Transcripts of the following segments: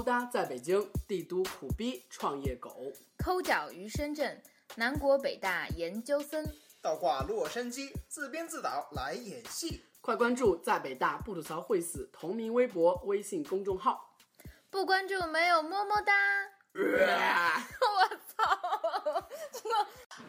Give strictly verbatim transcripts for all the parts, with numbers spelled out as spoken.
抠搭在北京，帝都苦逼创业狗； 抠脚于深圳，南国北大研究生； 倒挂洛杉矶，自编自导来演戏。 快关注在北大不吐槽会死同名微博、微信公众号。 不关注没有么么哒。 呃、 我操！真的。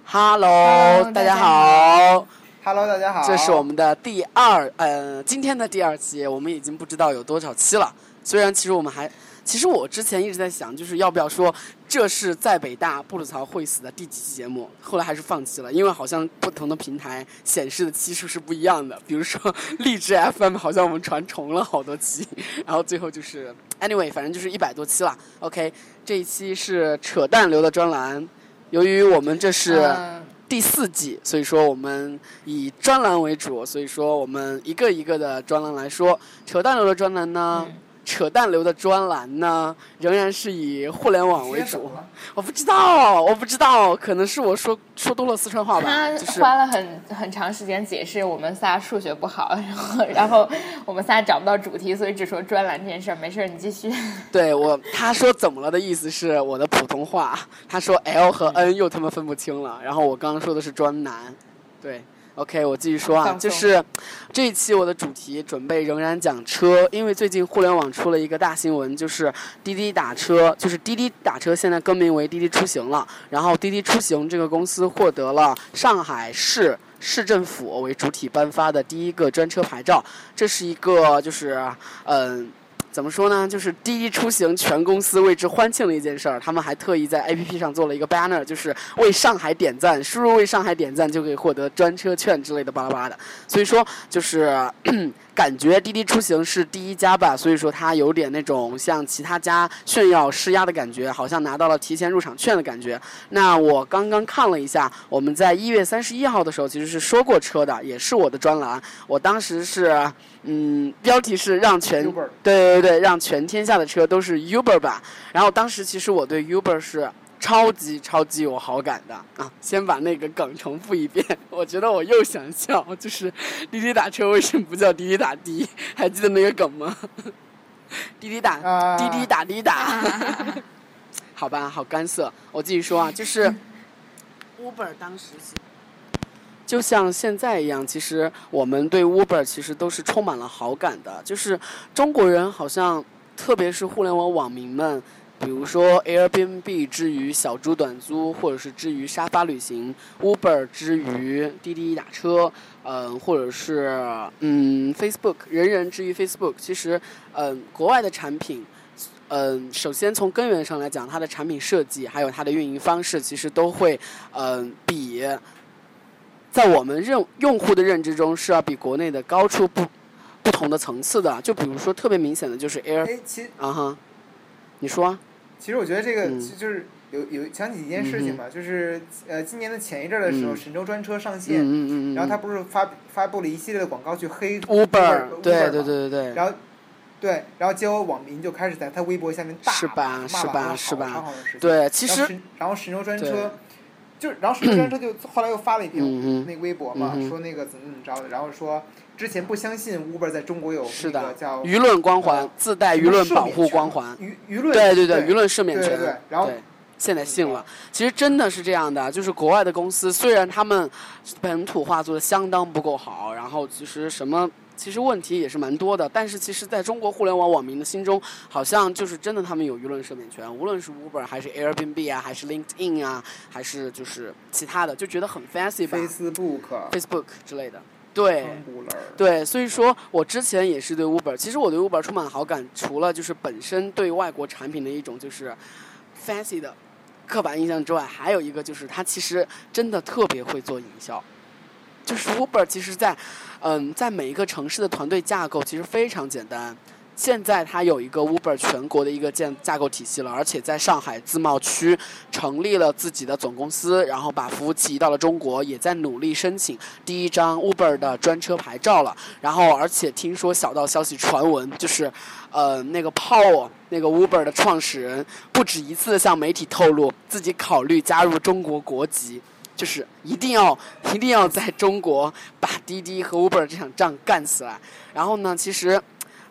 Hello， 大家好。 Hello， 大家好。 这是我们的第二，呃，今天的第二期，我们已经不知道有多少期了。虽然其实我们还，其实我之前一直在想，就是要不要说这是在北大不吐槽会死的第几期节目，后来还是放弃了，因为好像不同的平台显示的期数是不一样的。比如说荔枝 F M 好像我们传重了好多期，然后最后就是 anyway， 反正就是一百多期了。OK， 这一期是扯淡流的专栏，由于我们这是第四季，所以说我们以专栏为主，所以说我们一个一个的专栏来说。扯淡流的专栏呢？嗯扯淡流的专栏呢，仍然是以互联网为主。我不知道，我不知道，可能是我说说多了四川话吧。 他花了很、就是、很长时间解释我们仨数学不好，然后然后我们仨找不到主题，所以只说专栏这件事儿。没事，你继续。对我，他说怎么了的意思是我的普通话，他说 L 和 N 又他妈分不清了，然后我刚刚说的是专栏，对。OK， 我继续说啊，就是这一期我的主题准备仍然讲车，因为最近互联网出了一个大新闻，就是滴滴打车，就是滴滴打车现在更名为滴滴出行了。然后滴滴出行这个公司获得了上海市市政府为主体颁发的第一个专车牌照，这是一个就是嗯。呃怎么说呢？就是滴滴出行全公司为之欢庆的一件事儿。他们还特意在 A P P 上做了一个 banner， 就是为上海点赞，输入为上海点赞就可以获得专车券之类的巴拉巴拉的。所以说，就是感觉滴滴出行是第一家吧，所以说它有点那种像其他家炫耀施压的感觉，好像拿到了提前入场券的感觉。那我刚刚看了一下，我们在一月三十一号的时候其实是说过车的，也是我的专栏。我当时是。嗯，标题是让全 Uber 对对对，让全天下的车都是 Uber 吧。然后当时其实我对 Uber 是超级超级有好感的啊。先把那个梗重复一遍，我觉得我又想笑，就是滴滴打车为什么不叫滴滴打的？还记得那个梗吗？滴滴打、uh... 滴滴打滴打，好吧，好干涩。我继续说啊，就是 Uber 当时是。就像现在一样，其实我们对 Uber 其实都是充满了好感的。就是中国人好像，特别是互联网网民们，比如说 Airbnb 之于小猪短租，或者是之于沙发旅行 ，Uber 之于滴滴打车，嗯、呃，或者是嗯 Facebook， 人人之于 Facebook。其实，嗯、呃，国外的产品。嗯，首先从根源上来讲，它的产品设计还有它的运营方式，其实都会，嗯、呃，比。在我们认用户的认知中是要比国内的高出不不同的层次的，就比如说特别明显的就是 Air， 哎，其啊哈，你说？ 其实我觉得这个、 嗯、 就是有有想起一件事情嘛，嗯、就是呃今年的前一阵的时候， 嗯、 神州专车上线， 嗯嗯嗯、 然后他不是发发布了一系列的广告去黑 Uber， Uber 对对对对对， 然后。对，然后结果网民就开始在他微博下面大是吧是吧是吧？ 超好的事情。 对，其实然后神州专车。就然后神州专车就后来又发了一篇那个微博嘛、 嗯， 说那个怎么怎么着的，然后说之前不相信 Uber 在中国有那个叫舆论光环、呃，自带舆论保护光环， 舆舆论对对对舆论赦免权， 对对对，然后现在信了。其实真的是这样的，就是国外的公司虽然他们本土化做的相当不够好，然后其实什么。其实问题也是蛮多的，但是其实在中国互联网网民的心中，好像就是真的他们有舆论赦免权，无论是 Uber 还是 Airbnb 啊，还是 LinkedIn 啊，还是就是其他的，就觉得很 fancy 吧 Facebook Facebook 之类的。对对，所以说我之前也是对 Uber， 其实我对 Uber 充满好感，除了就是本身对外国产品的一种就是 fancy 的刻板印象之外，还有一个就是它其实真的特别会做营销。就是 Uber 其实在嗯在每一个城市的团队架构其实非常简单。现在它有一个 Uber 全国的一个建架构体系了，而且在上海自贸区成立了自己的总公司，然后把服务器移到了中国，也在努力申请第一张 Uber 的专车牌照了。然后而且听说小道消息传闻，就是呃那个 Paul 那个 Uber 的创始人不止一次的向媒体透露自己考虑加入中国国籍。就是一定要一定要在中国把滴滴和 Uber 这场仗干起来。然后呢，其实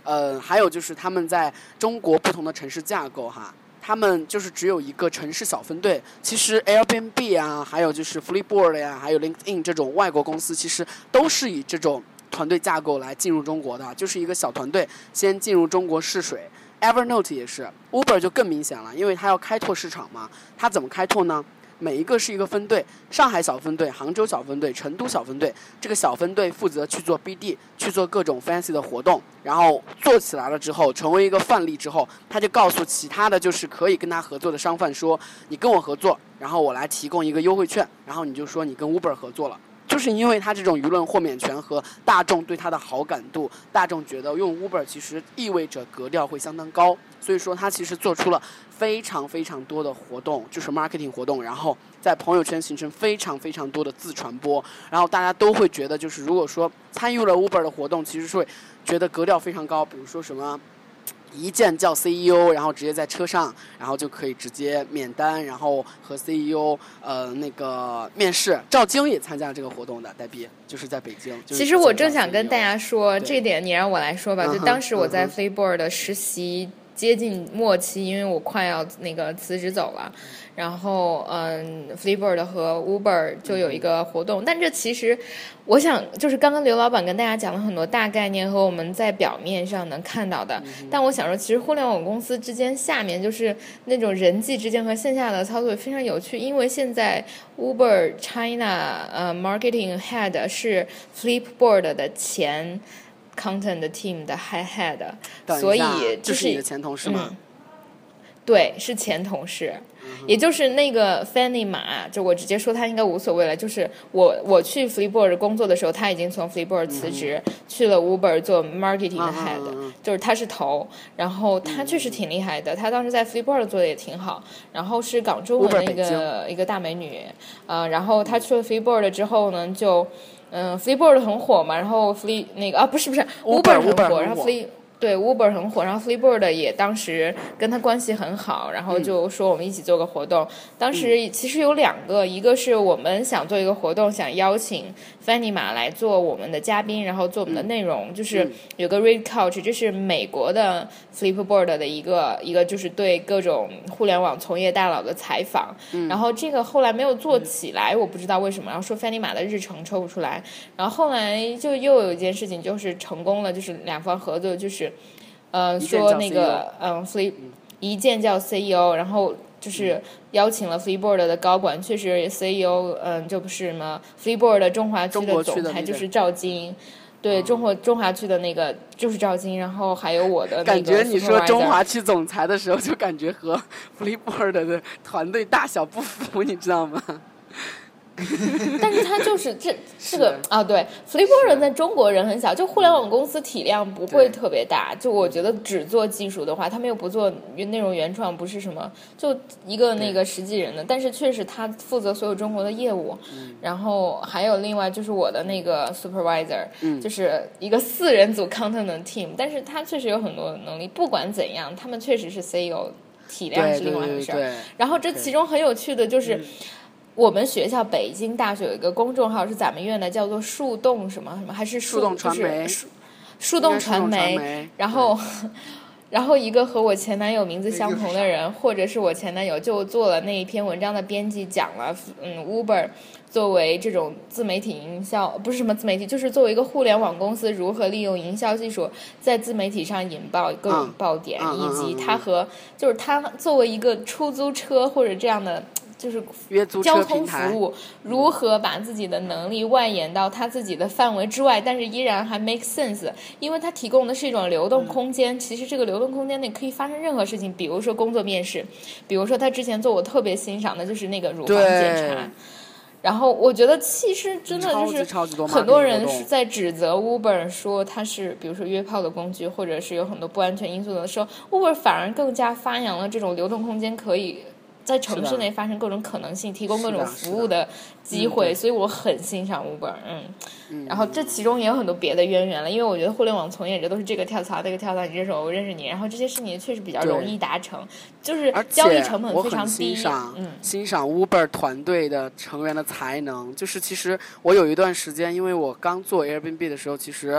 呃，还有就是他们在中国不同的城市架构哈。他们就是只有一个城市小分队，其实 Airbnb 啊，还有就是 Flipboard 呀、啊，还有 LinkedIn 这种外国公司，其实都是以这种团队架构来进入中国的，就是一个小团队先进入中国试水。Evernote 也是 ，Uber 就更明显了，因为它要开拓市场嘛。它怎么开拓呢？每一个是一个分队，上海小分队、杭州小分队、成都小分队。这个小分队负责去做 B D， 去做各种 fancy 的活动，然后做起来了之后，成为一个范例之后，他就告诉其他的就是可以跟他合作的商贩说，你跟我合作，然后我来提供一个优惠券，然后你就说你跟 Uber 合作了。就是因为他这种舆论豁免权和大众对他的好感度，大众觉得用 Uber 其实意味着格调会相当高，所以说他其实做出了非常非常多的活动，就是 marketing 活动，然后在朋友圈形成非常非常多的自传播，然后大家都会觉得就是如果说参与了 Uber 的活动，其实是会觉得格调非常高，比如说什么一键叫 C E O， 然后直接在车上，然后就可以直接免单，然后和 C E O 呃那个面试。赵晶也参加这个活动的，代币就是在北京。就是、 其实我正想跟大家说， 这点你让我来说吧。就当时我在 Flipboard 的实习接近末期，因为我快要那个辞职走了。然后嗯 Flipboard 和 Uber 就有一个活动，但这其实我想就是刚刚刘老板跟大家讲了很多大概念和我们在表面上能看到的，嗯、但我想说其实互联网公司之间下面就是那种人际之间和线下的操作非常有趣，因为现在 Uber China 呃 Marketing Head 是 Flipboard 的前 Content Team 的 High Head， 所以这是你的前同事吗？ 嗯对，是前同事，也就是那个 Fanny 马，就我直接说他应该无所谓了。就是我我去 Flipboard 工作的时候，他已经从 Flipboard 辞职、嗯、去了 Uber 做 marketing 的 head，、啊、就是他是头，然后他确实挺厉害的，他当时在 Flipboard 做的也挺好，然后是港中文的一个一个大美女，呃，然后他去了 Flipboard 之后呢，就嗯 Flipboard 很火嘛，然后 Flip 那个啊不是不是 Uber 很火， Uber 然后 Flip。对 Uber 很火，然后 Flipboard 也当时跟他关系很好，然后就说我们一起做个活动。嗯、当时其实有两个，一个是我们想做一个活动，想邀请 Fanny 马来做我们的嘉宾，然后做我们的内容，嗯、就是有个 Read Couch， 这是美国的 Flipboard 的一个一个就是对各种互联网从业大佬的采访。嗯、然后这个后来没有做起来，嗯、我不知道为什么，然后说 Fanny 马的日程抽不出来，然后后来就又有一件事情就是成功了，就是两方合作就是。呃，说那个嗯 ，Flip 一键叫 C E O， 然后就是邀请了 Flipboard 的高管，确实 C E O 嗯，就不是什么 Flipboard 的中华区的总裁就是赵晶，对，中国中华区的那个就是赵晶，然后还有我的那个感觉你说中华区总裁的时候，就感觉和 Flipboard 的团队大小不符，你知道吗？ 但是他就是这这个啊，对 Flipboard 在中国人很小，就互联网公司体量不会特别大。就我觉得只做技术的话，他们又不做内容原创，不是什么就一个那个实际人的。但是确实他负责所有中国的业务，嗯、然后还有另外就是我的那个 supervisor，、嗯、就是一个四人组 content 的 team， 但是他确实有很多能力。不管怎样，他们确实是 C E O， 体量是另外一回事。然后这其中很有趣的就是。我们学校北京大学有一个公众号是咱们院的，叫做树洞什么什么，还是树洞传媒， 树树洞传媒。然后，然后一个和我前男友名字相同的人，或者是我前男友，就做了那一篇文章的编辑，讲了嗯 Uber 作为这种自媒体营销，不是什么自媒体，就是作为一个互联网公司如何利用营销技术在自媒体上引爆各种爆点， 嗯、 以及他和就是他作为一个出租车或者这样的。就是交通服务如何把自己的能力外延到他自己的范围之外，但是依然还 make sense， 因为他提供的是一种流动空间。其实这个流动空间内可以发生任何事情，比如说工作面试，比如说他之前做我特别欣赏的就是那个乳房检查。然后我觉得其实真的就是很多人是在指责 Uber 说它是比如说约炮的工具，或者是有很多不安全因素的时候， Uber 反而更加发扬了这种流动空间可以在城市内发生各种可能性，提供各种服务的机会， 嗯、 所以我很欣赏 Uber， 嗯，嗯然后这其中也有很多别的渊源了，因为我觉得互联网从业者都是这个跳槽那个跳槽，你认识我，我认识你，然后这些事情确实比较容易达成，就是交易成本非常低。 欣赏、 嗯、 欣赏 Uber 团队的成员的才能，就是其实我有一段时间，因为我刚做 Airbnb 的时候，其实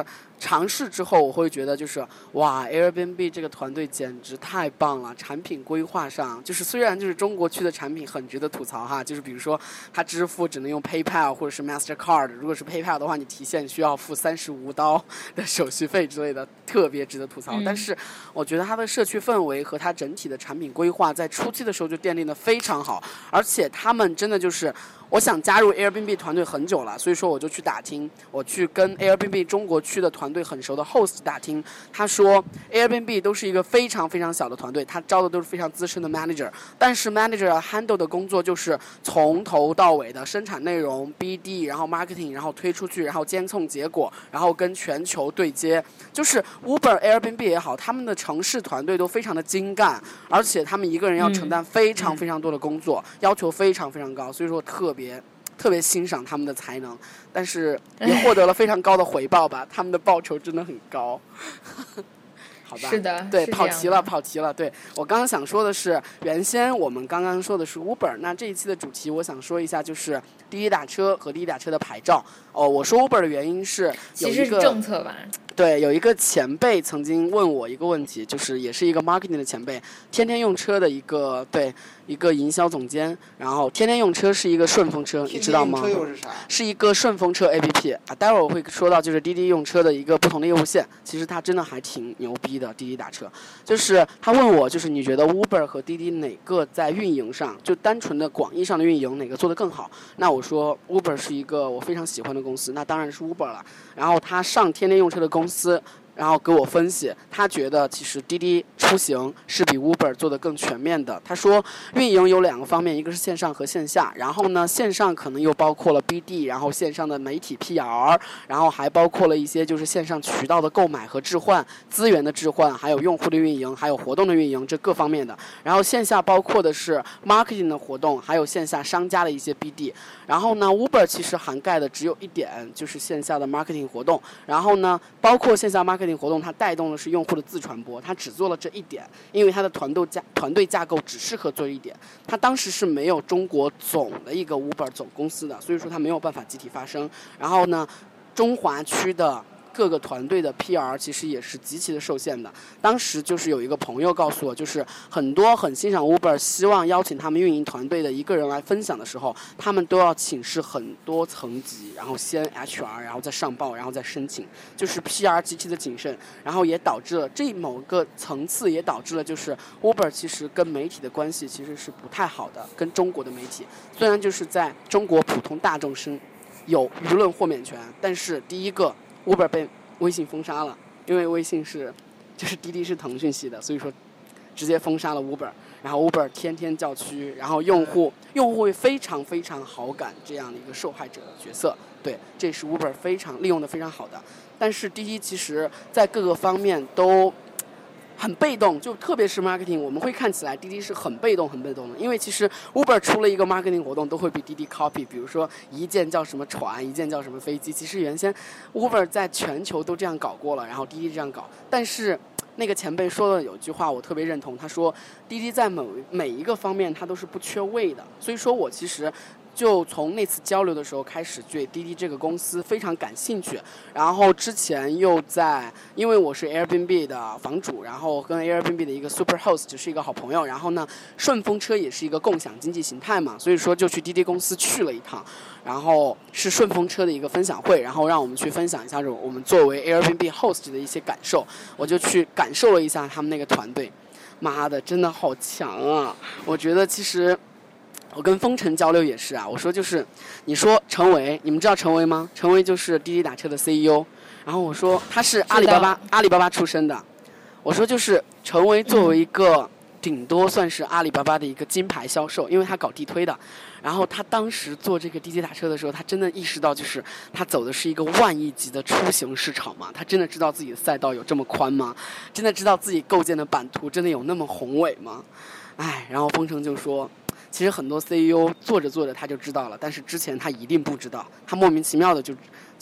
尝试之后，我会觉得就是哇 ，Airbnb 这个团队简直太棒了，产品规划上就是虽然就是中国区的产品很值得吐槽哈，就是比如说它支付只能用 PayPal 或者是 Mastercard， 如果是 PayPal 的话，你提现需要付三十五刀的手续费之类的，特别值得吐槽。 嗯、 但是我觉得它的社区氛围和它整体的产品规划在初期的时候就奠定的非常好，而且他们真的就是。我想加入 Airbnb 团队很久了，所以说我就去打听，我去跟 Airbnb 中国区的团队很熟的 host 打听，他说 Airbnb 都是一个非常非常小的团队，他招的都是非常资深的 manager， 但是 manager handle 的工作就是从头到尾的生产内容 B D， 然后 marketing， 然后推出去，然后监控结果，然后跟全球对接，就是 Uber Airbnb 也好，他们的城市团队都非常的精干，而且他们一个人要承担非常非常多的工作，嗯、要求非常非常高，所以说特别特别欣赏他们的才能，但是也获得了非常高的回报吧，他们的报酬真的很高。好吧， 是的， 对， 是跑题了，跑题了。对，我刚刚想说的是，原先我们刚刚说的是 Uber， 那这一期的主题我想说一下，就是滴滴打车和滴滴打车的牌照。哦，我说 Uber 的原因是有一个其实是政策吧。 对，有一个前辈曾经问我一个问题，就是也是一个 marketing 的前辈，天天用车的一个对一个营销总监，然后天天用车是一个顺风车，你知道吗？ 天天用车又是啥？ 是一个顺风车 A P P 啊，待会儿我会说到就是滴滴用车的一个不同的业务线，其实它真的还挺牛逼的。滴滴打车，就是他问我，就是你觉得 Uber 和滴滴哪个在运营上，就单纯的广义上的运营哪个做得更好？那我说 Uber 是一个我非常喜欢的公司，那当然是 Uber 了。然后他上天天用车的公司。然后给我分析，他觉得其实滴滴出行是比 Uber 做得更全面的。他说运营有两个方面，一个是线上和线下，然后呢线上可能又包括了 B D， 然后线上的媒体 P R， 然后还包括了一些就是线上渠道的购买和置换、资源的置换，还有用户的运营，还有活动的运营，这各方面的。然后线下包括的是 marketing 的活动，还有线下商家的一些 B D。然后呢 Uber 其实涵盖的只有一点，就是线下的 marketing 活动。然后呢包括线下 marketing活动，它带动的是用户的自传播，它只做了这一点，因为它的团队架团队架构只适合做一点，它当时是没有中国总的一个 Uber 总公司的，所以说它没有办法集体发声。然后呢，中华区的各个团队的 P R 其实也是极其的受限的。当时就是有一个朋友告诉我，就是很多很欣赏 Uber， 希望邀请他们运营团队的一个人来分享的时候，他们都要请示很多层级，然后先 H R， 然后再上报，然后再申请，就是 P R 极其的谨慎，然后也导致了这某个层次也导致了就是 Uber 其实跟媒体的关系其实是不太好的，跟中国的媒体虽然就是在中国普通大众生有舆论豁免权，但是第一个Uber 被微信封杀了，因为微信是，就是滴滴是腾讯系的，所以说直接封杀了 Uber， 然后 Uber 天天叫屈，然后用户用户会非常非常好感这样的一个受害者的角色，对，这是 Uber 非常利用的非常好的，但是滴滴其实在各个方面都很被动，就特别是 marketing， 我们会看起来滴滴是很被动很被动的，因为其实 Uber 出了一个 marketing 活动都会被滴滴 copy， 比如说一件叫什么船，一件叫什么飞机，其实原先 Uber 在全球都这样搞过了，然后滴滴这样搞，但是那个前辈说的有句话我特别认同，他说滴滴在每每一个方面它都是不缺位的，所以说我其实就从那次交流的时候开始对滴滴这个公司非常感兴趣，然后之前又在，因为我是 Airbnb 的房主，然后跟 Airbnb 的一个 super host 是一个好朋友，然后呢顺风车也是一个共享经济形态嘛，所以说就去滴滴公司去了一趟，然后是顺风车的一个分享会，然后让我们去分享一下我们作为 Airbnb host 的一些感受，我就去感受了一下他们那个团队，妈的真的好强啊，我觉得其实我跟风尘交流也是啊，我说就是你说陈维，你们知道陈维吗？陈维就是滴滴打车的 C E O， 然后我说他是阿里巴巴阿里巴巴出身的，我说就是陈维作为一个顶多算是阿里巴巴的一个金牌销售，因为他搞地推的，然后他当时做这个滴滴打车的时候，他真的意识到就是他走的是一个万亿级的出行市场嘛，他真的知道自己的赛道有这么宽吗？真的知道自己构建的版图真的有那么宏伟吗？哎，然后风城就说其实很多 C E O 做着做着他就知道了，但是之前他一定不知道，他莫名其妙的就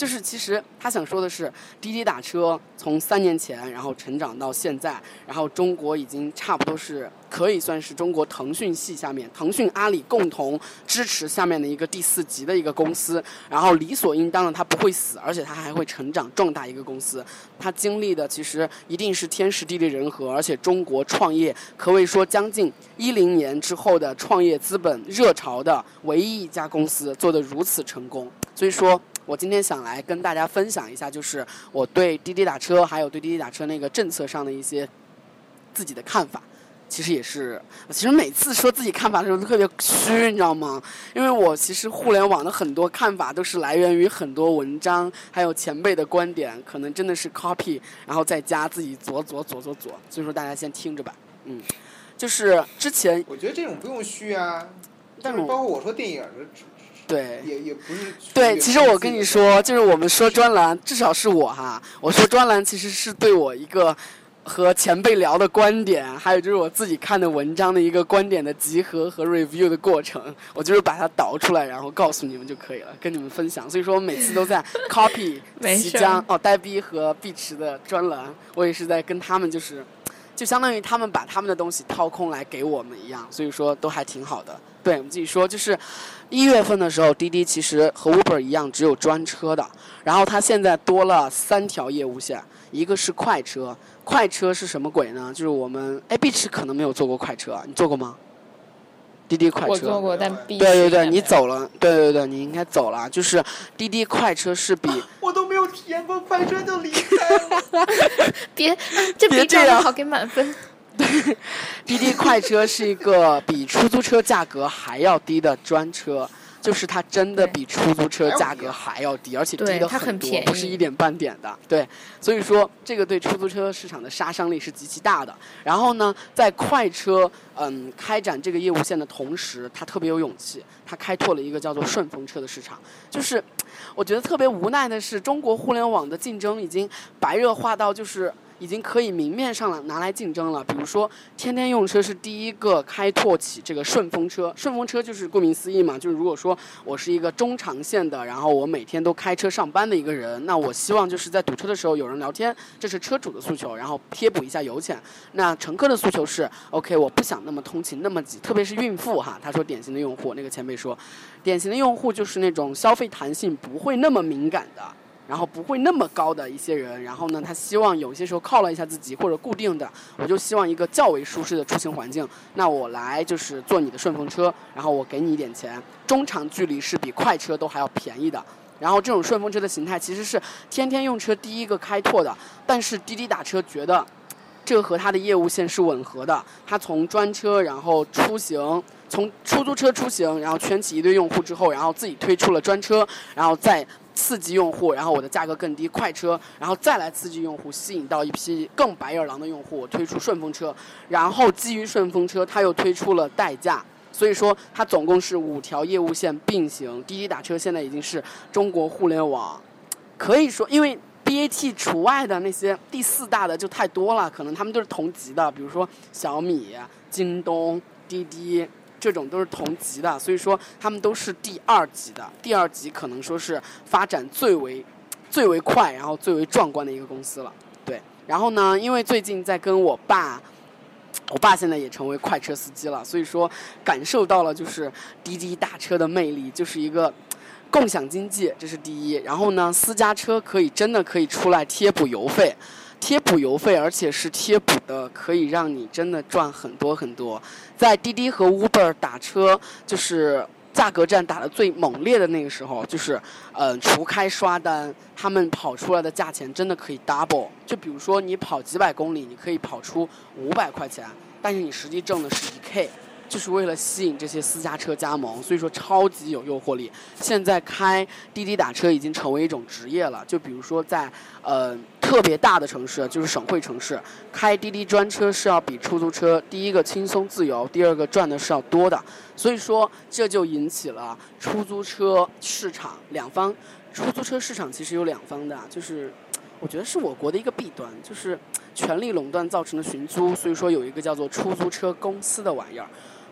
就是其实他想说的是，滴滴打车从三年前，然后成长到现在，然后中国已经差不多是可以算是中国腾讯系下面，腾讯阿里共同支持下面的一个第四级的一个公司，然后理所应当的它不会死，而且它还会成长壮大一个公司。它经历的其实一定是天时地利人和，而且中国创业可谓说将近一零年之后的创业资本热潮的唯一一家公司做得如此成功。所以说我今天想来跟大家分享一下，就是我对滴滴打车还有对滴滴打车那个政策上的一些自己的看法。其实也是，其实每次说自己看法的时候都特别虚，你知道吗？因为我其实互联网的很多看法都是来源于很多文章，还有前辈的观点，可能真的是 copy， 然后再加自己左左左左左。所以说大家先听着吧，嗯，就是之前我觉得这种不用虚啊，但是包括我说电影的。 对， 也也不是。 对，其实我跟你说，就是我们说专栏，至少是我哈，我说专栏其实是对我一个和前辈聊的观点，还有就是我自己看的文章的一个观点的集合和 review 的过程，我就是把它导出来，然后告诉你们就可以了，跟你们分享。所以说我每次都在 copy 齐江哦呆逼和碧池的专栏，我也是在跟他们就是。就相当于他们把他们的东西掏空来给我们一样，所以说都还挺好的。对，我们继续说，就是一月份的时候，滴滴其实和 Uber 一样只有专车的，然后它现在多了三条业务线，一个是快车。快车是什么鬼呢？就是我们哎，碧池可能没有坐过快车，你坐过吗？滴滴快车我坐过，但必须对对对，你走了，对对对，你应该走了。就是滴滴快车是比、啊、 我都没有体验过快车就离开了， 别这比这样好给满分。 对，滴滴快车是一个比出租车价格还要低的专车。就是它真的比出租车价格还要低，而且低的很多，不是一点半点的。对，所以说这个对出租车市场的杀伤力是极其大的。然后呢，在快车嗯开展这个业务线的同时，它特别有勇气，它开拓了一个叫做顺风车的市场。就是我觉得特别无奈的是，中国互联网的竞争已经白热化到就是已经可以明面上拿来竞争了。比如说天天用车是第一个开拓起这个顺风车，顺风车就是顾名思义嘛，就是如果说我是一个中长线的，然后我每天都开车上班的一个人，那我希望就是在堵车的时候有人聊天，这是车主的诉求，然后贴补一下油钱。那乘客的诉求是 OK， 我不想那么通勤那么挤，特别是孕妇哈，他说典型的用户，那个前辈说典型的用户就是那种消费弹性不会那么敏感的，然后不会那么高的一些人，然后呢，他希望有些时候犒劳一下自己，或者固定的，我就希望一个较为舒适的出行环境。那我来就是坐你的顺风车，然后我给你一点钱，中长距离是比快车都还要便宜的。然后这种顺风车的形态其实是天天用车第一个开拓的，但是滴滴打车觉得这个和它的业务线是吻合的，它从专车然后出行，从出租车出行，然后圈起一堆用户之后，然后自己推出了专车，然后再刺激用户，然后我的价格更低，快车，然后再来刺激用户，吸引到一批更白眼狼的用户，我推出顺风车，然后基于顺风车，它又推出了代驾。所以说它总共是五条业务线并行，滴滴打车现在已经是中国互联网可以说，因为 B A T 除外的那些第四大的就太多了，可能他们都是同级的，比如说小米、京东、滴滴这种都是同级的，所以说他们都是第二级的。第二级可能说是发展最为最为快，然后最为壮观的一个公司了。对，然后呢，因为最近在跟我爸。我爸现在也成为快车司机了，所以说感受到了就是滴滴打车的魅力，就是一个共享经济，这是第一。然后呢，私家车可以真的可以出来贴补油费，贴补油费，而且是贴补的可以让你真的赚很多很多。在滴滴和 Uber 打车就是价格战打得最猛烈的那个时候，就是呃除开刷单，他们跑出来的价钱真的可以 double。就比如说你跑几百公里，你可以跑出五百块钱，但是你实际挣的是一 K， 就是为了吸引这些私家车加盟，所以说超级有诱惑力。现在开滴滴打车已经成为一种职业了，就比如说在呃特别大的城市，就是省会城市，开滴滴专车是要比出租车第一个轻松自由，第二个赚的是要多的。所以说这就引起了出租车市场两方，出租车市场其实有两方的，就是我觉得是我国的一个弊端，就是权力垄断造成的寻租，所以说有一个叫做出租车公司的玩意儿。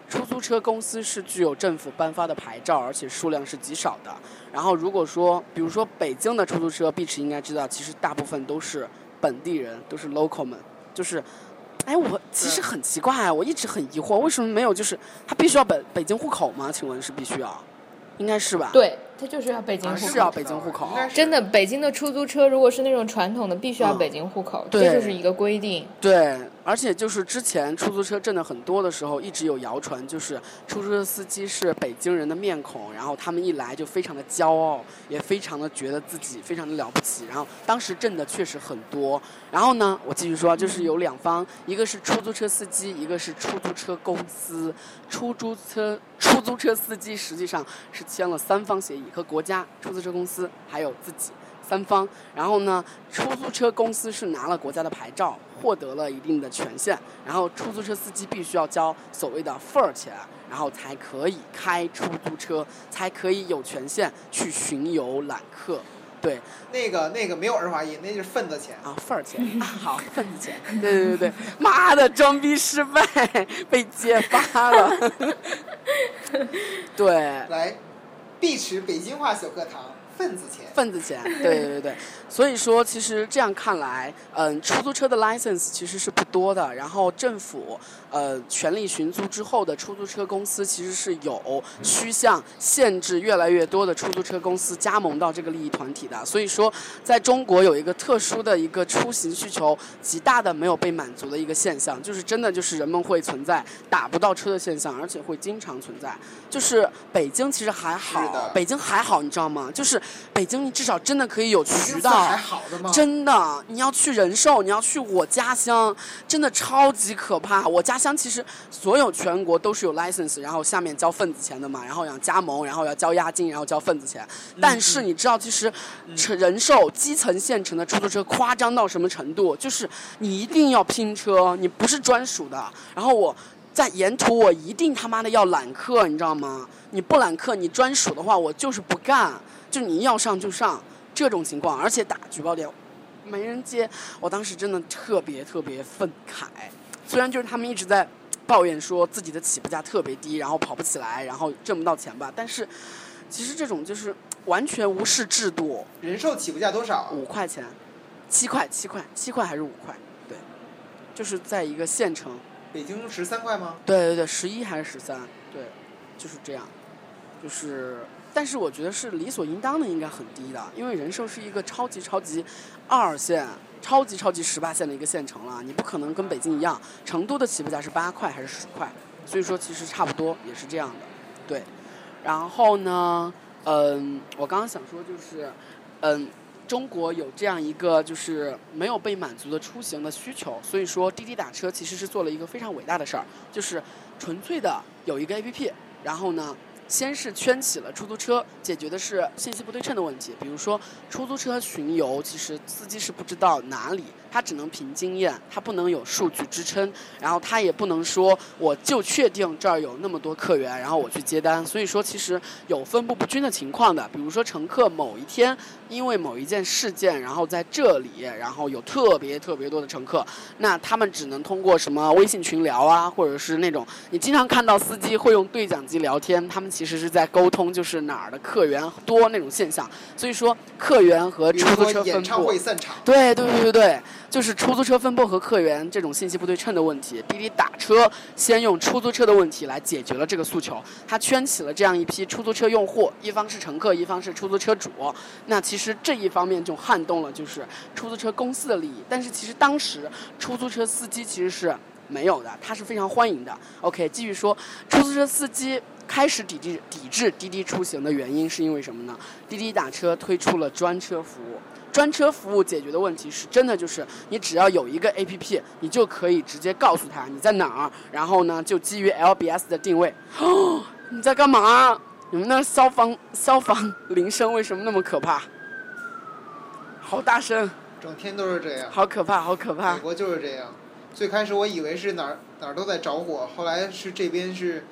出租车公司是具有政府颁发的牌照，而且数量是极少的。然后如果说，比如说北京的出租车，碧池应该知道，其实大部分都是本地人，都是 local 们，就是。哎，我其实很奇怪，我一直很疑惑，为什么没有就是他必须要北北京户口吗？请问是必须要？应该是吧？ 对，他就是要北京户口。 是要北京户口。 真的，北京的出租车如果是那种传统的，必须要北京户口， 嗯、 这就是一个规定。 对，而且就是之前出租车挣的很多的时候，一直有谣传，就是出租车司机是北京人的面孔，然后他们一来就非常的骄傲，也非常的觉得自己非常的了不起，然后当时挣的确实很多。然后呢，我继续说，就是有两方，一个是出租车司机，一个是出租车公司。出租车出租车司机实际上是签了三方协议，和国家、出租车公司还有自己三方。然后呢，出租车公司是拿了国家的牌照，获得了一定的权限，然后出租车司机必须要交所谓的份儿钱，然后才可以开出租车，才可以有权限去巡游揽客。对， 那个那个没有儿化音，那就是份子钱啊，份儿钱啊，好，份子钱，对对对对，妈的，装逼失败，被揭发了。对， 来，碧池北京话小课堂。份子钱， 份子钱，对对对对，所以说其实这样看来，嗯，出租车的 license 其实是不多的，然后政府呃全力寻租之后的出租车公司其实是有趋向限制越来越多的出租车公司加盟到这个利益团体的，所以说在中国有一个特殊的一个出行需求极大的没有被满足的一个现象，就是真的就是人们会存在打不到车的现象，而且会经常存在。就是北京其实还好，北京还好，你知道吗？就是北京你至少真的可以有渠道， 还好的吗？ 真的，你要去人寿，你要去我家乡，真的超级可怕。我家乡其实所有全国都是有 license， 然后下面交份子钱的嘛，然后要加盟，然后要交押金，然后交份子钱。但是你知道，其实人寿基层县城的出租车夸张到什么程度？就是你一定要拼车，你不是专属的。然后我在沿途我一定他妈的要揽客，你知道吗？你不揽客，你专属的话，我就是不干。就你要上就上这种情况，而且打举报电没人接，我当时真的特别特别愤慨。虽然就是他们一直在抱怨说自己的起步价特别低，然后跑不起来，然后挣不到钱吧，但是其实这种就是完全无视制度。 人寿起步价多少？ 五块钱，七块，七块，七块还是五块？对，就是在一个县城。 北京十三块吗？ 对对对，十一还是十三？对，就是这样，就是。但是我觉得是理所应当的，应该很低的，因为人寿是一个超级超级二线、超级超级十八线的一个县城了，你不可能跟北京一样，成都的起步价是八块还是十块，所以说其实差不多也是这样的，对。然后呢，嗯，我刚刚想说就是，嗯，中国有这样一个就是没有被满足的出行的需求，所以说滴滴打车其实是做了一个非常伟大的事儿，就是纯粹的有一个 A P P， 然后呢。先是圈起了出租车，解决的是信息不对称的问题。比如说，出租车巡游，其实司机是不知道哪里，他只能凭经验，他不能有数据支撑，然后他也不能说我就确定这儿有那么多客源，然后我去接单。所以说，其实有分布不均的情况的。比如说，乘客某一天因为某一件事件，然后在这里，然后有特别特别多的乘客，那他们只能通过什么微信群聊啊，或者是那种你经常看到司机会用对讲机聊天，他们其实是在沟通，就是哪儿的客源多那种现象。所以说，客源和出租车分布， 演唱会散场， 对对对对对，就是出租车分布和客源这种信息不对称的问题。滴滴打车先用出租车的问题来解决了这个诉求，它圈起了这样一批出租车用户，一方是乘客，一方是出租车主。那其实这一方面就撼动了就是出租车公司的利益，但是其实当时出租车司机其实是没有的，他是非常欢迎的。OK， 继续说，出租车司机开始抵制抵制滴滴出行的原因是因为什么呢？滴滴打车推出了专车服务，专车服务解决的问题是真的就是你只要有一个 A P P， 你就可以直接告诉他你在哪儿，然后呢就基于 L B S 的定位。哦，你在干嘛？你们那消防消防铃声为什么那么可怕？好大声！ 整天都是这样。 好可怕，好可怕！ 美国就是这样。最开始我以为是哪儿哪儿都在着火，后来是这边是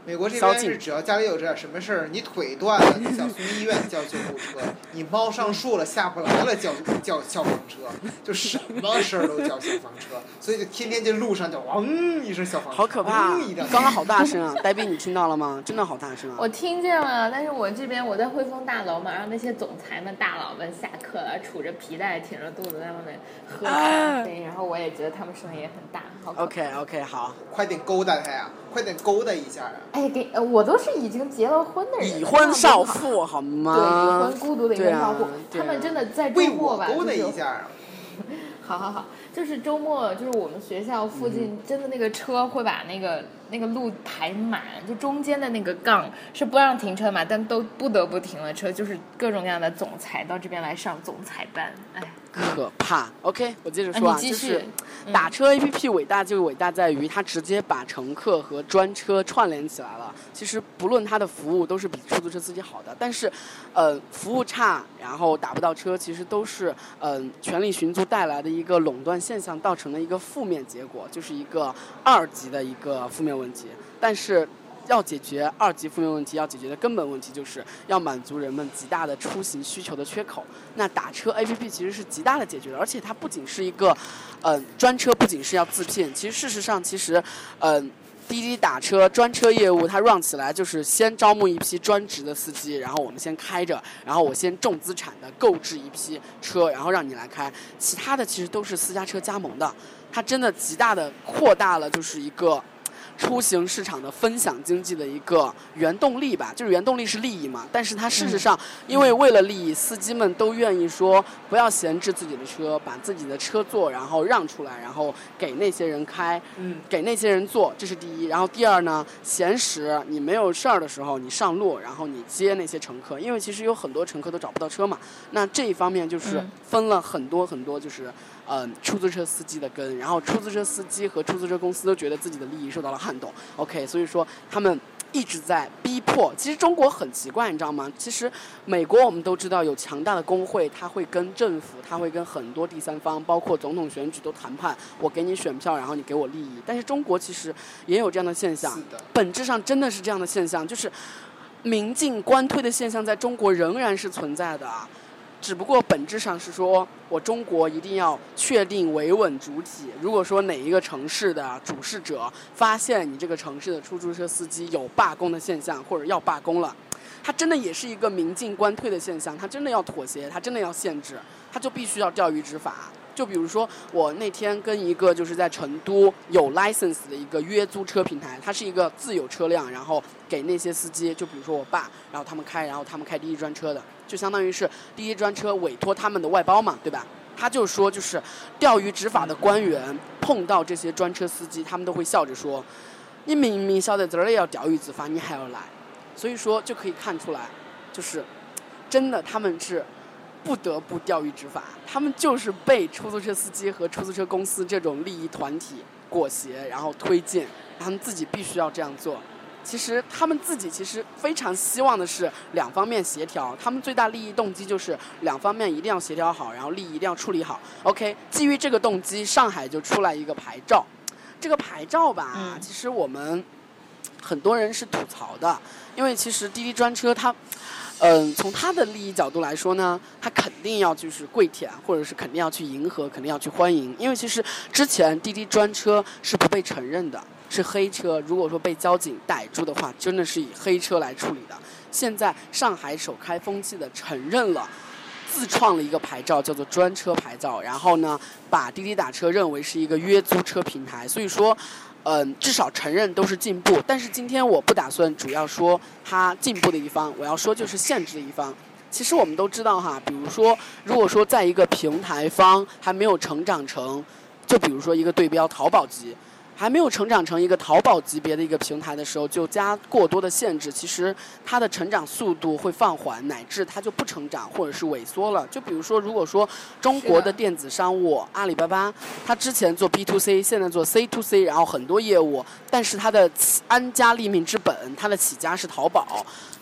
美国这边是只要家里有这点什么事儿，你腿断了，你想送医院叫救护车，你猫上树了下不来了叫叫消防车，就什么事儿都叫消防车，所以就天天这路上就嗡一声消防车。 好可怕！刚刚好大声啊，呆逼你听到了吗？真的好大声啊！ 我听见了，但是我这边我在汇丰大楼嘛，然后那些总裁们、大佬们下课了，杵着皮带，挺着肚子在外面喝咖啡，然后我也觉得他们声音也很大，好可怕。 OK OK 好， 快点勾搭他呀！快点勾搭一下啊！ 哎，给呃我都是已经结了婚的人， 已婚少妇好吗？ 对，已婚孤独的已婚少妇， 啊啊、 他们真的在周末吧， 为我勾搭一下啊！ 好好好，就是周末，就是我们学校附近真的那个车会把那个、嗯、那个路排满，就中间的那个杠是不让停车嘛，但都不得不停了车，就是各种各样的总裁到这边来上总裁班，哎。 可怕 ，OK， 我接着说啊， 啊就是打车 A P P 伟大就伟大在于它直接把乘客和专车串联起来了。其实不论它的服务都是比出租车司机好的，但是，呃，服务差，然后打不到车，其实都是嗯、呃、权力寻租带来的一个垄断现象造成的一个负面结果，就是一个二级的一个负面问题。但是。要解决二级负面问题，要解决的根本问题就是要满足人们极大的出行需求的缺口。那打车 A P P 其实是极大的解决的，而且它不仅是一个，呃，专车不仅是要自骗，其实事实上其实，呃，滴滴打车专车业务它 run 起来就是先招募一批专职的司机，然后我们先开着，然后我先重资产的购置一批车，然后让你来开，其他的其实都是私家车加盟的，它真的极大的扩大了就是一个。出行市场的分享经济的一个原动力吧，就是原动力是利益嘛，但是它事实上，因为为了利益，司机们都愿意说不要闲置自己的车，把自己的车座然后让出来，然后给那些人开， 嗯， 给那些人坐，这是第一。然后第二呢，闲时你没有事儿的时候，你上路，然后你接那些乘客，因为其实有很多乘客都找不到车嘛，那这一方面就是分了很多很多就是。嗯，出租车司机的根，然后出租车司机和出租车公司都觉得自己的利益受到了撼动。OK， 所以说他们一直在逼迫。其实中国很奇怪，你知道吗？其实美国我们都知道有强大的工会，他会跟政府，他会跟很多第三方，包括总统选举都谈判，我给你选票，然后你给我利益。但是中国其实也有这样的现象，本质上真的是这样的现象，就是民进官推的现象在中国仍然是存在的啊。只不过本质上是说，我中国一定要确定维稳主体。如果说哪一个城市的主事者发现你这个城市的出租车司机有罢工的现象，或者要罢工了，他真的也是一个民进官推的现象，他真的要妥协，他真的要限制，他就必须要钓鱼执法。就比如说，我那天跟一个就是在成都有 license 的一个约租车平台，它是一个自有车辆，然后给那些司机，就比如说我爸，然后他们开，然后他们开滴滴专车的，就相当于是滴滴专车委托他们的外包嘛，对吧？他就说，就是钓鱼执法的官员碰到这些专车司机，他们都会笑着说：“你明明晓得这儿也要钓鱼执法，你还要来。”所以说就可以看出来，就是真的他们是。不得不钓鱼执法，他们就是被出租车司机和出租车公司这种利益团体裹挟，然后推荐，他们自己必须要这样做。其实他们自己其实非常希望的是两方面协调，他们最大利益动机就是两方面一定要协调好，然后利益一定要处理好。OK， 基于这个动机，上海就出来一个牌照。这个牌照吧， 嗯、 其实我们很多人是吐槽的，因为其实滴滴专车它。嗯，从他的利益角度来说呢，他肯定要就是跪舔，或者是肯定要去迎合，肯定要去欢迎，因为其实之前滴滴专车是不被承认的，是黑车。如果说被交警逮住的话，真的是以黑车来处理的。现在上海首开风气的承认了，自创了一个牌照，叫做专车牌照，然后呢，把滴滴打车认为是一个约租车平台，所以说。嗯，至少承认都是进步，但是今天我不打算主要说它进步的一方，我要说就是限制的一方。其实我们都知道哈，比如说，如果说在一个平台方还没有成长成，就比如说一个对标淘宝级，还没有成长成一个淘宝级别的一个平台的时候，就加过多的限制，其实它的成长速度会放缓，乃至它就不成长或者是萎缩了。就比如说，如果说中国的电子商务阿里巴巴，它之前做 B to C， 现在做 C to C， 然后很多业务，但是它的安家立命之本，它的起家是淘宝。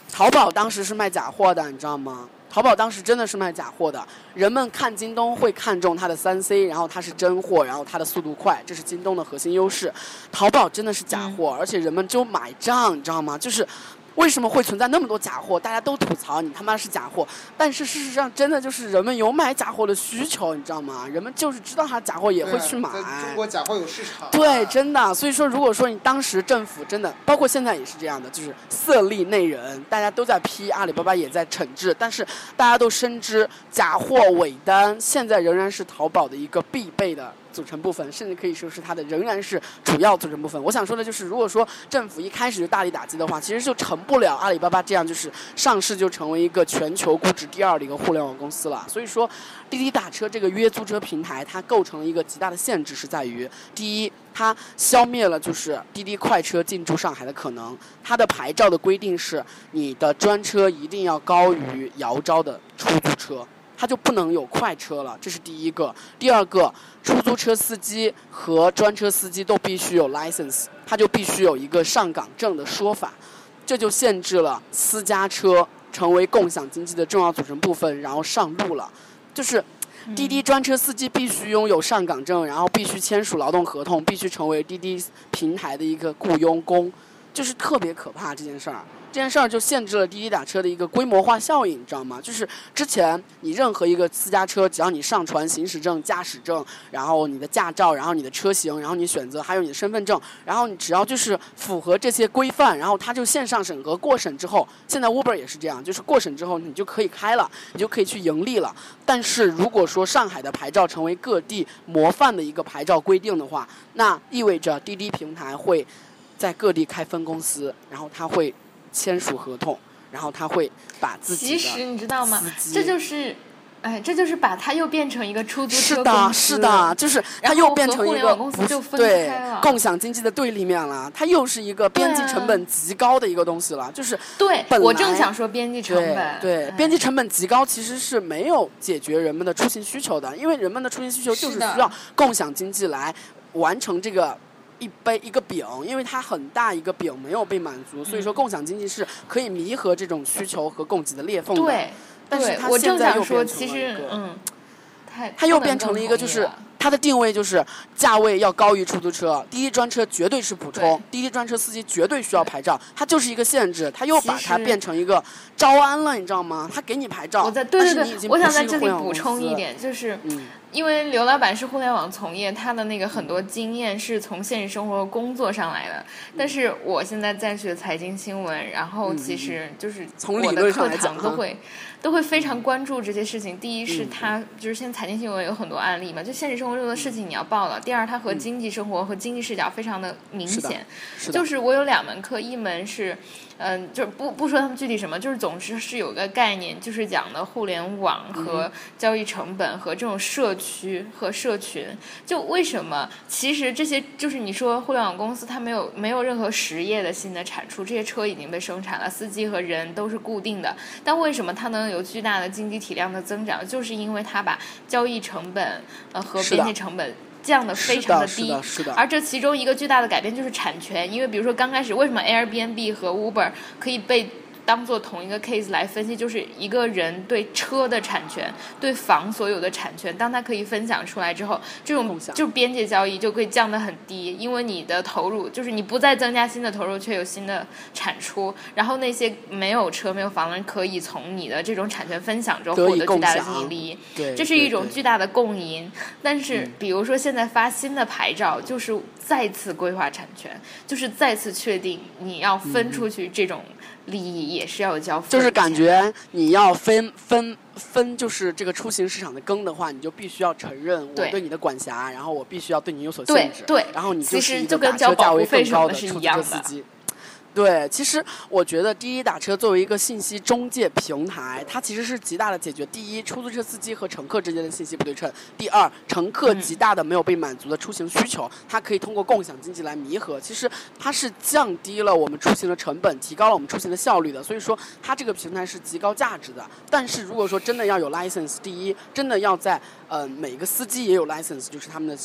淘宝当时是卖假货的，你知道吗？淘宝当时真的是卖假货的，人们看京东会看中它的三 C， 然后它是真货，然后它的速度快，这是京东的核心优势。淘宝真的是假货，而且人们就买账，你知道吗？就是为什么会存在那么多假货？大家都吐槽你他妈是假货，但是事实上真的就是人们有买假货的需求，你知道吗？人们就是知道它假货也会去买。 在中国假货有市场、啊。 对，真的。所以说，如果说你当时政府真的，包括现在也是这样的，就是色厉内荏，大家都在批，阿里巴巴也在惩治，但是大家都深知假货伪单现在仍然是淘宝的一个必备的组成部分，甚至可以说是它的仍然是主要组成部分。我想说的就是，如果说政府一开始就大力打击的话，其实就成不了阿里巴巴这样就是上市就成为一个全球估值第二的一个互联网公司了。所以说，滴滴打车这个约租车平台，它构成了一个极大的限制，是在于第一，它消灭了就是滴滴快车进驻上海的可能。它的牌照的规定是，你的专车一定要高于摇招的出租车。它就不能有快车了，这是第一个。第二个，出租车司机和专车司机都必须有 license， 它就必须有一个上岗证的说法，这就限制了私家车成为共享经济的重要组成部分，然后上路了。就是滴滴专车司机必须拥有上岗证，然后必须签署劳动合同，必须成为滴滴平台的一个雇佣工，就是特别可怕这件事儿。这件事儿就限制了滴滴打车的一个规模化效应，你知道吗？就是之前你任何一个私家车，只要你上传行驶证、驾驶证，然后你的驾照，然后你的车型，然后你选择，还有你的身份证，然后你只要就是符合这些规范，然后它就线上审核过审之后，现在 Uber 也是这样，就是过审之后你就可以开了，你就可以去盈利了。但是如果说上海的牌照成为各地模范的一个牌照规定的话，那意味着滴滴平台会在各地开分公司，然后它会签署合同，然后他会把自己的其实你知道吗？这就是，哎，这就是把它又变成一个出租车公司。是的，是的，就是它又变成一个公司就分对开了， 共享经济的对立面了。它又是一个边际成本极高的一个东西了，啊、就是对，我正想说边际成本。 对，对边际成本极高，其实是没有解决人们的出行需求的，因为人们的出行需求就是需要共享经济来完成这个。一杯一个饼，因为它很大一个饼没有被满足，所以说共享经济是可以弥合这种需求和供给的裂缝的。 对， 但是它现在又变成了一个， 嗯，太它又变成了一个就是它的定位就是价位要高于出租车，滴滴专车绝对是补充，滴滴专车司机绝对需要牌照，它就是一个限制，它又把它变成一个招安了，你知道吗？它给你牌照， 我在对对对， 我想在这里补充一点，就是。 嗯因为刘老板是互联网从业，他的那个很多经验是从现实生活和工作上来的。但是我现在在学财经新闻，然后其实就是我的课堂都会都会非常关注这些事情。第一是他就是现在财经新闻有很多案例嘛，就现实生活中的事情你要报了。第二，它和经济生活和经济视角非常的明显。就是我有两门课，一门是。嗯，就是不不说他们具体什么，就是总之是有个概念，就是讲的互联网和交易成本和这种社区和社群。就为什么？其实这些就是你说互联网公司它没有没有任何实业的新的产出，这些车已经被生产了，司机和人都是固定的。但为什么它能有巨大的经济体量的增长？就是因为它把交易成本呃和边际成本。降得非常的低，而这其中一个巨大的改变就是产权，因为比如说刚开始为什么 Airbnb 和 Uber 可以被当做同一个 case 来分析，就是一个人对车的产权，对房所有的产权，当他可以分享出来之后，这种就是边界交易就可以降得很低，因为你的投入就是你不再增加新的投入，却有新的产出，然后那些没有车没有房的人可以从你的这种产权分享中获得巨大的经济利益，这是一种巨大的共赢。但是比如说现在发新的牌照，就是再次规划产权，就是再次确定你要分出去这种利益也是要有交付， 就是感觉你要分分分，就是这个出行市场的羹的话，你就必须要承认我对你的管辖，然后我必须要对你有所限制， 对， 然后你就是一个打车价位更高的出租车司机。对，其实我觉得滴滴打车作为一个信息中介平台，它其实是极大的解决第一出租车司机和乘客之间的信息不对称，第二乘客极大的没有被满足的出行需求，它可以通过共享经济来弥合。其实它是降低了我们出行的成本，提高了我们出行的效率的，所以说它这个平台是极高价值的。但是如果说真的要有 license， 第一真的要在呃每个司机也有 license， 就是他们的上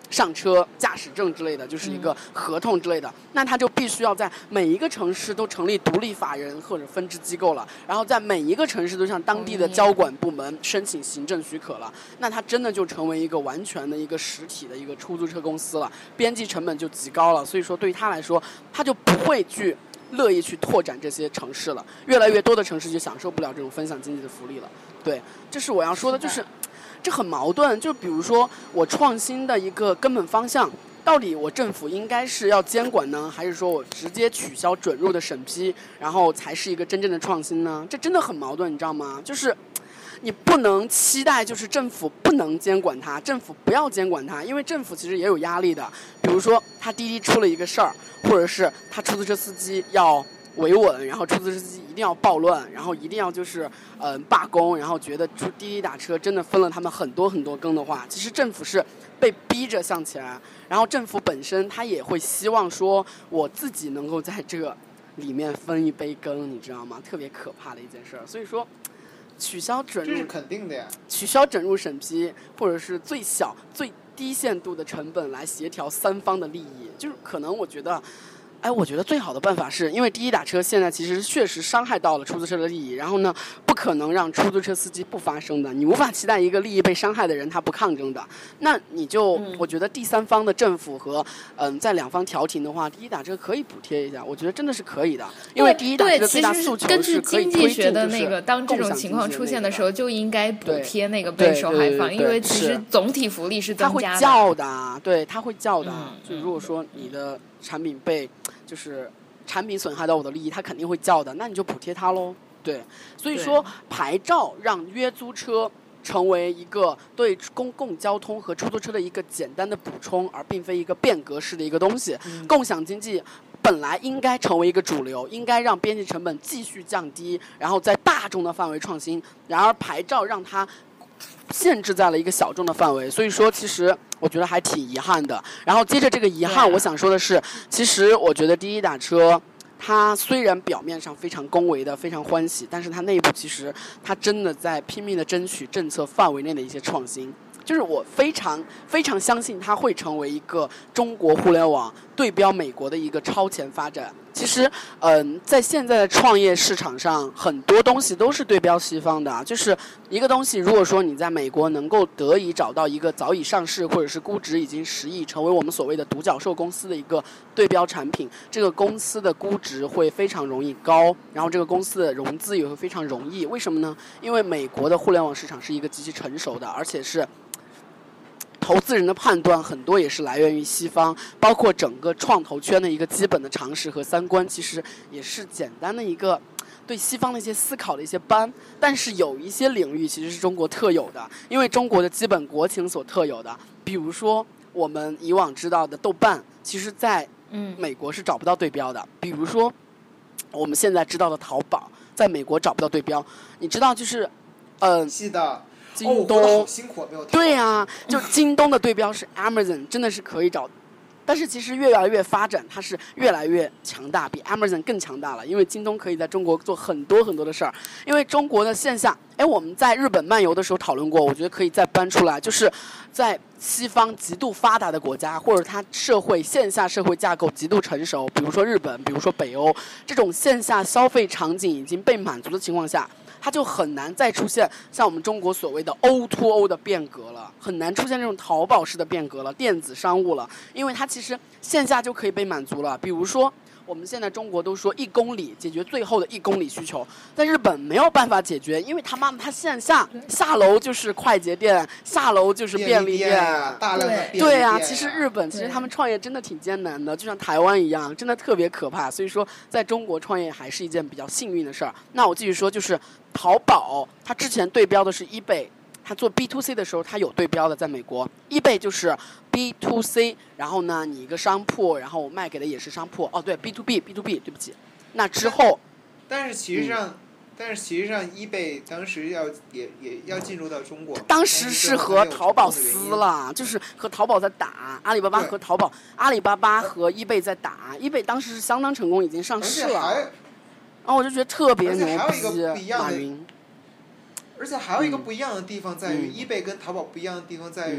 上车驾驶证之类的，就是一个合同之类的，那他就必须要在每一个城市都成立独立法人或者分支机构了，然后在每一个城市都向当地的交管部门申请行政许可了，那他真的就成为一个完全的一个实体的一个出租车公司了，边际成本就极高了，所以说对于他来说，他就不会去乐意去拓展这些城市了，越来越多的城市就享受不了这种分享经济的福利了。对，这是我要说的，就是这很矛盾。就比如说我创新的一个根本方向，到底我政府应该是要监管呢，还是说我直接取消准入的审批，然后才是一个真正的创新呢？这真的很矛盾，你知道吗？就是你不能期待就是政府不能监管它，政府不要监管它，因为政府其实也有压力的。比如说他滴滴出了一个事儿，或者是他出租车司机要维稳，然后出租车司机一定要暴乱，然后一定要就是嗯、呃、罢工，然后觉得滴滴打车真的分了他们很多很多羹的话，其实政府是被逼着向起来，然后政府本身他也会希望说我自己能够在这个里面分一杯羹，你知道吗？特别可怕的一件事儿。所以说取消准入， 这是肯定的呀。 取消准入审批，或者是最小最低限度的成本来协调三方的利益，就是可能我觉得。哎，我觉得最好的办法是因为滴滴打车现在其实确实伤害到了出租车的利益，然后呢，不可能让出租车司机不发声的，你无法期待一个利益被伤害的人他不抗争的。那你就、嗯、我觉得第三方的政府和嗯在两方调停的话，滴滴打车可以补贴一下，我觉得真的是可以的，因为滴滴打车的最大诉求是可以推进就是共享经济。 根据经济学的那个，当这种情况出现的时候，就应该补贴那个被受害方，因为其实总体福利是增加的。 他会叫的，对，他会叫的。嗯、就如果说你的产品被就是产品损害到我的利益，他肯定会叫的，那你就补贴他喽。对，所以说牌照让约租车成为一个对公共交通和出租车的一个简单的补充，而并非一个变革式的一个东西。嗯、共享经济本来应该成为一个主流，应该让边际成本继续降低，然后在大众的范围创新。然而牌照让它限制在了一个小众的范围，所以说其实我觉得还挺遗憾的。然后接着这个遗憾，我想说的是，其实我觉得滴滴打车它虽然表面上非常恭维的非常欢喜，但是它内部其实它真的在拼命的争取政策范围内的一些创新。就是我非常非常相信它会成为一个中国互联网对标美国的一个超前发展。其实嗯，在现在的创业市场上，很多东西都是对标西方的。就是一个东西，如果说你在美国能够得以找到一个早已上市或者是估值已经十亿，成为我们所谓的独角兽公司的一个对标产品，这个公司的估值会非常容易高，然后这个公司的融资也会非常容易。为什么呢？因为美国的互联网市场是一个极其成熟的，而且是投资人的判断很多也是来源于西方，包括整个创投圈的一个基本的常识和三观，其实也是简单的一个对西方的一些思考的一些班。但是有一些领域其实是中国特有的，因为中国的基本国情所特有的，比如说我们以往知道的豆瓣，其实在美国是找不到对标的。比如说我们现在知道的淘宝，在美国找不到对标。你知道就是呃是的， 京东、 哦、好辛苦没有对啊，就京东的对标是 Amazon， 真的是可以找，但是其实越来越发展，它是越来越强大，比 Amazon 更强大了。因为京东可以在中国做很多很多的事儿，因为中国的线下，哎，我们在日本漫游的时候讨论过，我觉得可以再搬出来，就是在西方极度发达的国家，或者它社会线下社会架构极度成熟，比如说日本，比如说北欧，这种线下消费场景已经被满足的情况下，它就很难再出现像我们中国所谓的 O to O 的变革了，很难出现这种淘宝式的变革了，电子商务了，因为它其实线下就可以被满足了。比如说我们现在中国都说一公里解决最后的一公里需求，在日本没有办法解决，因为他妈妈他线下下楼就是快捷店，下楼就是便利店， 大量的便利店。 对啊，其实日本其实他们创业真的挺艰难的，就像台湾一样，真的特别可怕。所以说在中国创业还是一件比较幸运的事儿。那我继续说，就是淘宝它之前对标的是 eBay， 它做 B to C 的时候它有对标的，在美国 eBay 就是 B to C， 然后呢你一个商铺，然后我卖给的也是商铺，哦对 B to B B to B 对不起。那之后但是其实上、嗯、但是其实上 eBay 当时要也也要进入到中国， 当时是和淘宝撕了，就是和淘宝在打，阿里巴巴和淘宝，阿里巴巴和 eBay 在打， eBay 当时是相当成功，已经上市了，然后我就觉得特别牛逼，马云。 而且还有一个不一样的地方在于、嗯、eBay 跟淘宝不一样的地方在于、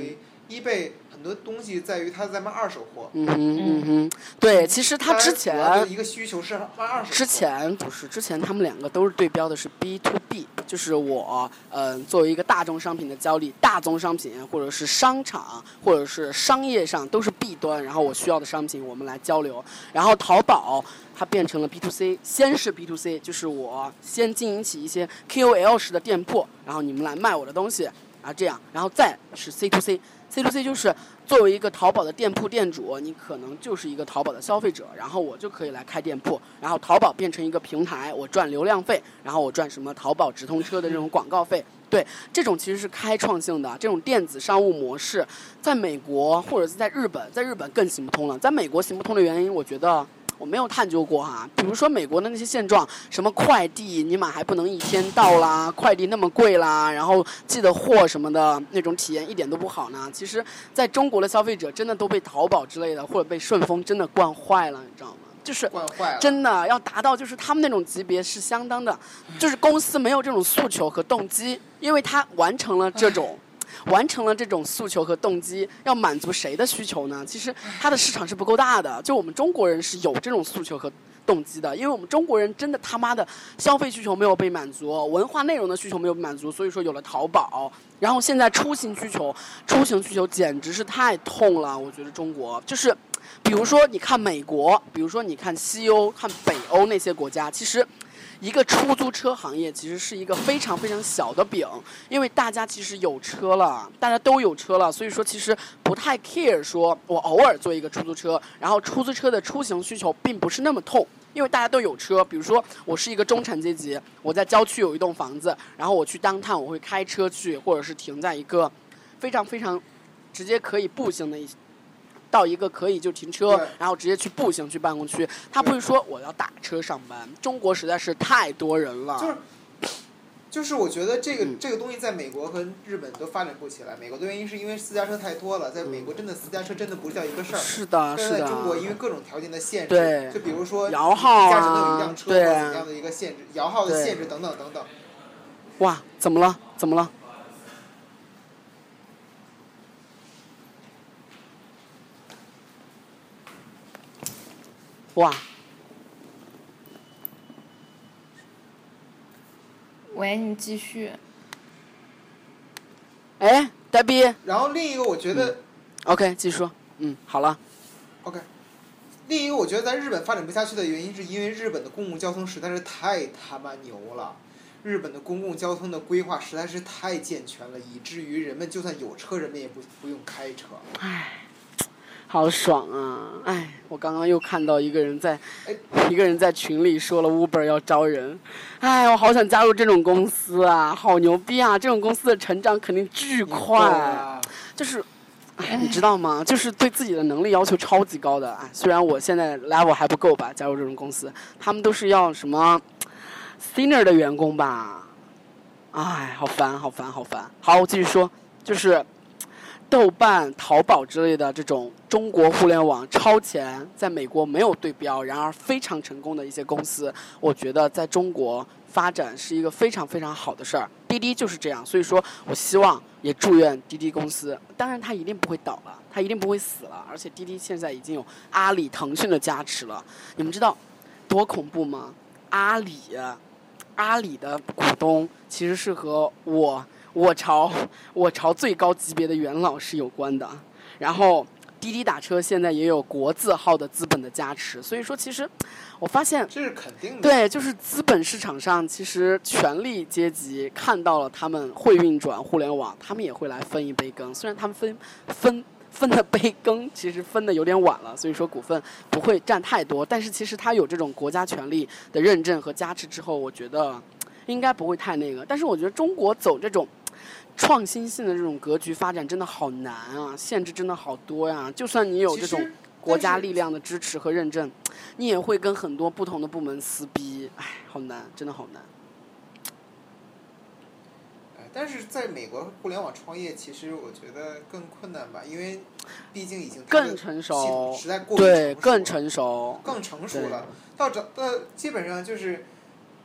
eBay 很多东西在于它在卖二手货。 嗯哼嗯哼，对，其实他之前一个需求是卖二手货。 之前不是之前他们两个都是对标的是 B to B， 就是我嗯、呃、作为一个大众商品的交易，大宗商品或者是商场或者是商业上都是 B 端，然后我需要的商品我们来交流，然后淘宝它变成了 B to C， 先是 B to C， 就是我先经营起一些 K O L 式的店铺，然后你们来卖我的东西啊这样，然后再是 C to C。C to C 就是作为一个淘宝的店铺店主，你可能就是一个淘宝的消费者，然后我就可以来开店铺，然后淘宝变成一个平台，我赚流量费，然后我赚什么淘宝直通车的这种广告费。对，这种其实是开创性的这种电子商务模式，在美国或者是在日本，在日本更行不通了。在美国行不通的原因，我觉得我没有探究过哈，比如说美国的那些现状，什么快递你买还不能一天到啦，快递那么贵啦，然后寄的货什么的那种体验一点都不好呢。其实在中国的消费者真的都被淘宝之类的或者被顺丰真的惯坏了，你知道吗？就是真的要达到就是他们那种级别是相当的，就是公司没有这种诉求和动机，因为他完成了这种完成了这种诉求和动机，要满足谁的需求呢？其实它的市场是不够大的，就我们中国人是有这种诉求和动机的，因为我们中国人真的他妈的消费需求没有被满足，文化内容的需求没有被满足，所以说有了淘宝，然后现在出行需求出行需求简直是太痛了。我觉得中国就是比如说你看美国，比如说你看西欧看北欧那些国家，其实一个出租车行业其实是一个非常非常小的饼，因为大家其实有车了，大家都有车了，所以说其实不太 care 说我偶尔坐一个出租车，然后出租车的出行需求并不是那么痛，因为大家都有车。比如说我是一个中产阶级，我在郊区有一栋房子，然后我去downtown我会开车去，或者是停在一个非常非常直接可以步行的一到一个可以就停车，然后直接去步行去办公区，他不会说我要打车上班。中国实在是太多人了。 就是就是我觉得这个、嗯、这个东西在美国和日本都发展不起来。美国的原因是因为私家车太多了，在美国真的私家车真的不叫一个事儿。 是的，是的。 但是在中国因为各种条件的限制， 对， 就比如说摇号啊， 家只能有一辆车或者怎样的一个限制，摇号的限制等等等等。 哇，怎么了？怎么了？哇！ 喂，你继续。 哎，呆逼。 然后另一个我觉得、 嗯、，OK， 继续说。嗯，好了。 OK， 另一个我觉得在日本发展不下去的原因，是因为日本的公共交通实在是太他妈牛了。日本的公共交通的规划实在是太健全了，以至于人们就算有车，人们也不不用开车。 唉。好爽啊！哎，我刚刚又看到一个人在，一个人在群里说了 Uber 要招人，哎，我好想加入这种公司啊，好牛逼啊！这种公司的成长肯定巨快， 啊、 就是，哎，你知道吗？就是对自己的能力要求超级高的。哎，虽然我现在 level 还不够吧，加入这种公司，他们都是要什么 senior 的员工吧？哎，好烦，好烦，好烦。好，我继续说，就是。豆瓣、淘宝之类的这种中国互联网超前，在美国没有对标，然而非常成功的一些公司，我觉得在中国发展是一个非常非常好的事儿。滴滴就是这样，所以说我希望也祝愿滴滴公司，当然它一定不会倒了，它一定不会死了，而且滴滴现在已经有阿里、腾讯的加持了。你们知道多恐怖吗？阿里，阿里的股东其实是和我。我朝我朝最高级别的元老是有关的，然后滴滴打车现在也有国字号的资本的加持，所以说其实我发现这是肯定的。 对，就是资本市场上其实权力阶级看到了他们会运转互联网，他们也会来分一杯羹，虽然他们分分分的杯羹其实分的有点晚了，所以说股份不会占太多，但是其实他有这种国家权力的认证和加持之后，我觉得应该不会太那个。但是我觉得中国走这种创新性的这种格局发展真的好难啊，限制真的好多呀。就算你有这种国家力量的支持和认证，你也会跟很多不同的部门撕逼，哎，好难，真的好难。 但是在美国互联网创业，其实我觉得更困难吧，因为毕竟已经更成熟， 实在过于对，更成熟， 更成熟了。到这到基本上就是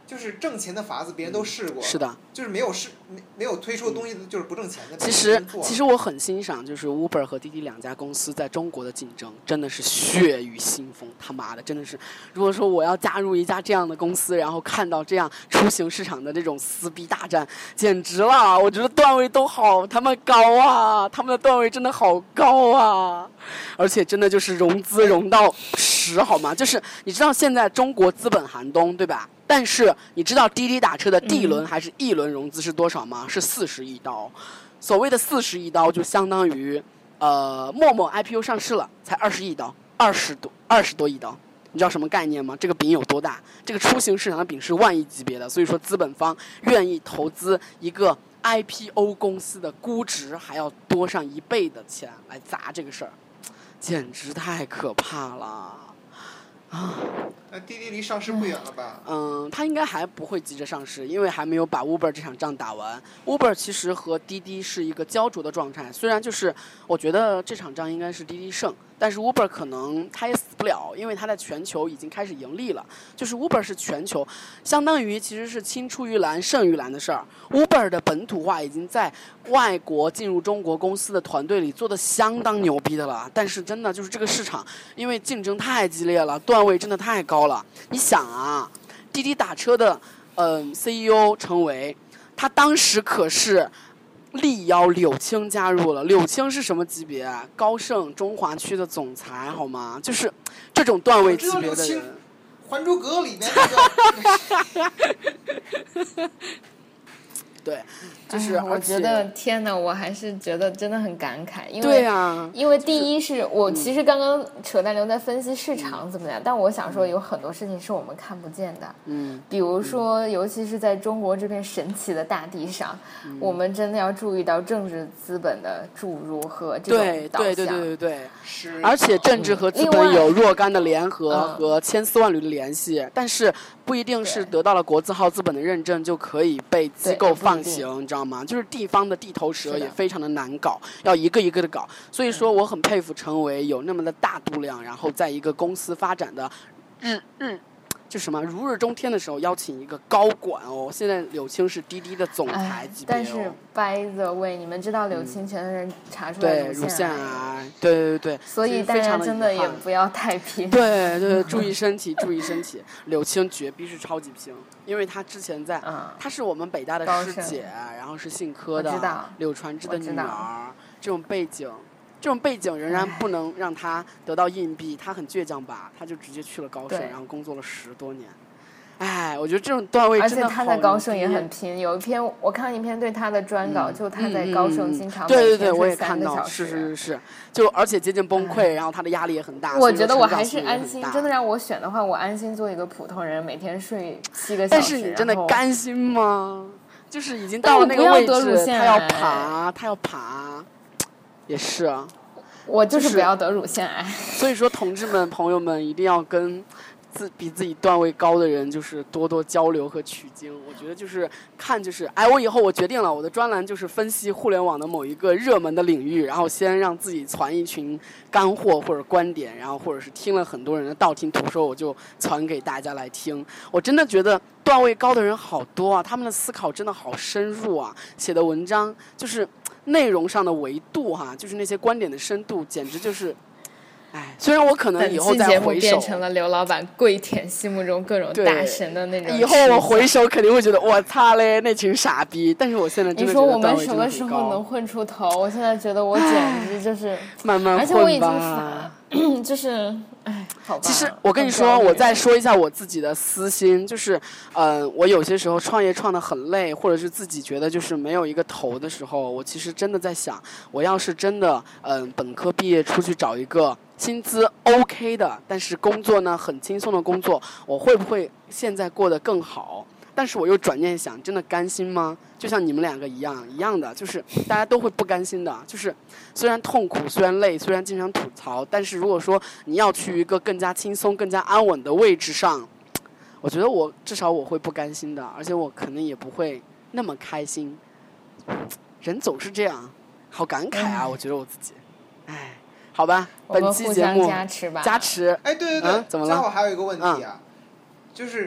就是挣钱的法子，别人都试过、 嗯。是的。 就是没有试没没有推出的东西，就是不挣钱的。 其实其实我很欣赏，就是 Uber 和滴滴两家公司在中国的竞争，真的是血雨腥风。他妈的，真的是，如果说我要加入一家这样的公司，然后看到这样出行市场的这种撕逼大战，简直了！我觉得段位都好他妈高啊，他们的段位真的好高啊，而且真的就是融资融到十，好吗？就是你知道现在中国资本寒冬，对吧？但是你知道滴滴打车的 D 轮还是 E 轮融资是多少吗？是四十亿刀。所谓的四十亿刀就相当于，呃，陌陌 I P O 上市了才二十亿刀，二十多二十多亿刀。你知道什么概念吗？这个饼有多大？这个出行市场的饼是万亿级别的，所以说资本方愿意投资一个 I P O 公司的估值还要多上一倍的钱来砸这个事儿，简直太可怕了。啊， 那滴滴离上市不远了吧？ 嗯，它应该还不会急着上市，因为还没有把 Uber 这场仗打完。Uber 其实和滴滴是一个焦灼的状态，虽然就是我觉得这场仗应该是滴滴胜，但是 Uber 可能它也死不了，因为它在全球已经开始盈利了。就是 Uber 是全球，相当于其实是青出于蓝胜于蓝的事儿。Uber 的本土化已经在外国进入中国公司的团队里做得相当牛逼的了，但是真的就是这个市场，因为竞争太激烈了，段位真的太高了。你想啊，滴滴打车的嗯、呃、C E O 程维，他当时可是力邀柳青加入了。柳青是什么级别？高盛中华区的总裁，好吗？就是这种段位级别的人。 《还珠格格》里面那个。对，就是、 哎、我觉得天哪，我还是觉得真的很感慨，因为对啊， 因为第一是我其实刚刚扯淡流在分析市场怎么样、嗯，但我想说有很多事情是我们看不见的， 嗯， 比如说、嗯、尤其是在中国这片神奇的大地上、嗯，我们真的要注意到政治资本的注入和这种导向， 对对对对对对， 是， 而且政治和资本有若干的联合嗯、 和千丝万缕的联系、嗯，但是不一定是得到了国字号资本的认证就可以被机构放行，你知道吗？就是地方的地头蛇也非常的难搞，要一个一个的搞。所以说我很佩服程维有那么的大度量，然后在一个公司发展的日日就什么如日中天的时候邀请一个高管哦。现在柳青是滴滴的总裁级别、哦、 但是 by the way， 你们知道柳青前段时间查出来乳腺癌，对对对对， 所以大家真的也不要太拼， 对对，注意身体，注意身体。柳青绝逼是超级拼，因为她之前在， 嗯， 她是我们北大的师姐，然后是信科的，柳传志的女儿，这种背景。这种背景仍然不能让他得到硬币，他很倔强吧，他就直接去了高盛，然后工作了十多年。哎，我觉得这种段位真的好。 而且他在高盛也很拼，有一篇我看一篇对他的专稿，嗯、就他在高盛经常对对对，我也看到，是是是，就而且接近崩溃，然后他的压力也很大。 我觉得我还是安心，真的让我选的话，我安心做一个普通人，每天睡七个小时。 但是你真的甘心吗？就是已经到了那个位置，他要爬，他要爬，也是啊。 我就是不要得乳腺癌， 所以说同志们朋友们一定要跟自比自己段位高的人就是多多交流和取经。我觉得就是看就是哎，我以后我决定了，我的专栏就是分析互联网的某一个热门的领域，然后先让自己传一群干货或者观点，然后或者是听了很多人的道听途说，我就传给大家来听。我真的觉得段位高的人好多啊，他们的思考真的好深入啊，写的文章就是内容上的维度哈、啊，就是那些观点的深度，简直就是，哎，虽然我可能以后再回首， 本期节目变成了刘老板跪舔心目中各种大神的那种。 以后我回首肯定会觉得我擦嘞，那群傻逼。但是我现在真的觉得段位真的很高。你说我们什么时候能混出头？我现在觉得我简直就是慢慢混吧。 而且我已经乏，就是哎，好吧。 其实我跟你说，我再说一下我自己的私心，就是呃，我有些时候创业创得很累，或者是自己觉得就是没有一个头的时候，我其实真的在想，我要是真的嗯、呃、本科毕业出去找一个薪资 OK 的，但是工作呢很轻松的工作，我会不会现在过得更好？但是我又转念想，真的甘心吗？就像你们两个一样一样的，就是大家都会不甘心的。就是虽然痛苦，虽然累，虽然经常吐槽，但是如果说你要去一个更加轻松、更加安稳的位置上，我觉得我至少我会不甘心的，而且我可能也不会那么开心。人总是这样，好感慨啊！嗯、我觉得我自己，哎，好吧，本期节目加持吧， 加持。 哎，对对对， 嗯、怎么了？ 最后还有一个问题啊， 嗯、 就是。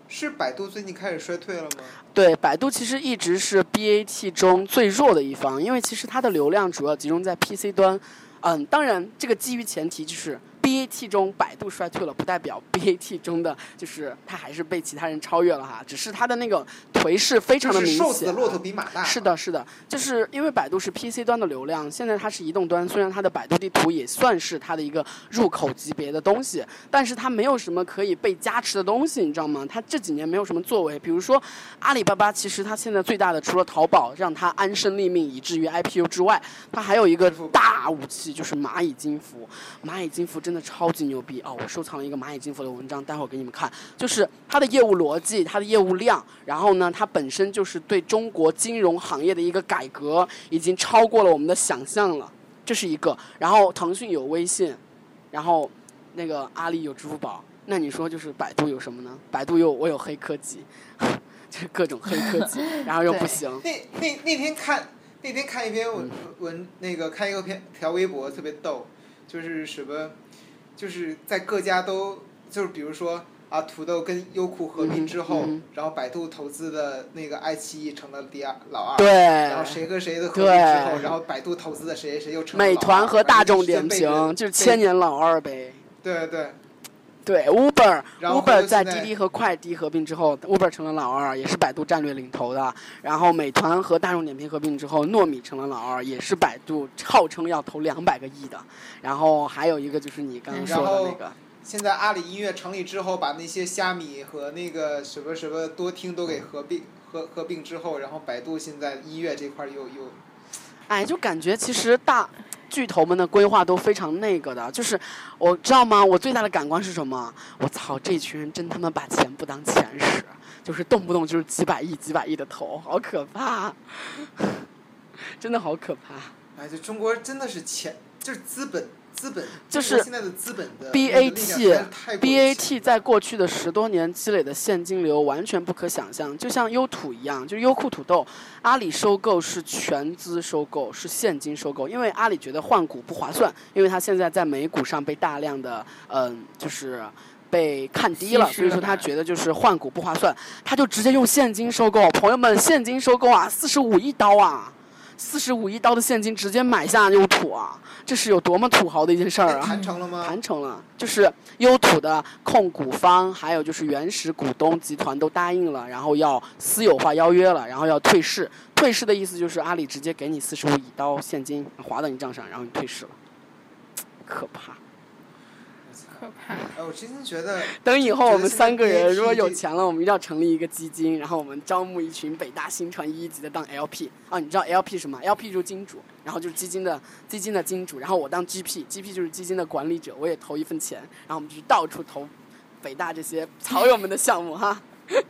是百度最近开始衰退了吗？ 对，百度其实一直是 B A T 中最弱的一方，因为其实它的流量主要集中在 P C 端。嗯，当然这个基于前提就是 B A T 中百度衰退了，不代表 B A T 中的就是它还是被其他人超越了哈，只是它的那个颓势非常的明显。 就是瘦死的骆驼比马大。 是的，是的，就是因为百度是 P C 端的流量，现在它是移动端，虽然它的百度地图也算是它的一个入口级别的东西，但是它没有什么可以被加持的东西，你知道吗？它这几年没有什么作为，比如说阿里巴巴，其实它现在最大的除了淘宝让它安身立命以至于 I P O 之外，它还有一个大武器就是蚂蚁金服。蚂蚁金服真的超级牛逼哦！我收藏了一个蚂蚁金服的文章，待会儿给你们看。就是它的业务逻辑，它的业务量，然后呢，它本身就是对中国金融行业的一个改革，已经超过了我们的想象了。这是一个。然后腾讯有微信，然后那个阿里有支付宝，那你说就是百度有什么呢？百度有我有黑科技，就是各种黑科技，然后又不行。 那那那天看那天看一篇文文那个看一个篇条微博特别逗。就是什么，就是在各家都就是比如说啊，土豆跟优酷合并之后， 嗯嗯、 然后百度投资的那个爱奇艺成了第二老二， 对， 然后谁和谁的合并之后，然后百度投资的谁谁又成了老二。 美团和大众点评就是千年老二呗。 对对。 对 ，Uber Uber 在在滴滴和快滴合并之后 ，Uber 成了老二，也是百度战略领头的。然后美团和大众点评合并之后，糯米成了老二，也是百度号称要投两百个亿的。然后还有一个就是你刚刚说的那个。 现在阿里音乐成立之后，把那些虾米和那个什么什么多听都给合并合合并之后，然后百度现在音乐这块又又。 哎，就感觉其实大。巨头们的规划都非常那个的，就是我知道吗？我最大的感官是什么？我操，这群人真他妈把钱不当钱使，就是动不动就是几百亿、几百亿的投，好可怕，真的好可怕。 哎，就中国真的是钱，就是资本。资本就是现在的资本的 B A T B A T 在过去的十多年积累的现金流完全不可想象，就像优土一样，就是优酷土豆，阿里收购是全资收购，是现金收购，因为阿里觉得换股不划算，因为它现在在美股上被大量的嗯就是被看低了，所以说他觉得就是换股不划算，他就直接用现金收购，朋友们，现金收购啊，四十五亿刀啊！四十五亿刀的现金直接买下优土啊！这是有多么土豪的一件事儿啊！ 谈成了吗？ 谈成了，就是优土的控股方，还有就是原始股东集团都答应了，然后要私有化邀约了，然后要退市。退市的意思就是阿里直接给你四十五亿刀现金划到你账上，然后你退市了，可怕。 可怕！ 哎，我真心觉得， 等以后我们三个人如果有钱了，我们一定要成立一个基金，然后我们招募一群北大新传一级的当 L P 啊，你知道 L P 什么 ？L P 就是金主，然后就是基金的基金的金主，然后我当 G P，G P 就是基金的管理者，我也投一份钱，然后我们就到处投北大这些草友们的项目哈。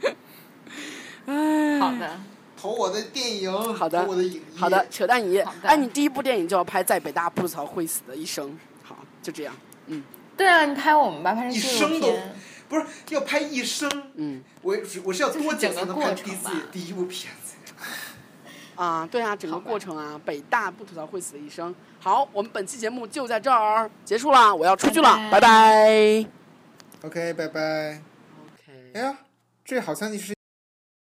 哎，好的。 投我的电影， 好的， 投我的影业， 好的，扯淡影业。哎，你第一部电影就要拍在北大不草会死的一生，好，就这样，嗯。 对啊，你拍我们吧，拍成纪录片。 不是要拍一生， 嗯， 我我是要多久才能拍第自己第一部片子？ 啊，对啊，整个过程啊，北大不吐槽会死的一生。好，我们本期节目就在这儿结束了，我要出去了，拜拜。 OK， 拜拜。 OK。 哎呀，这好像是。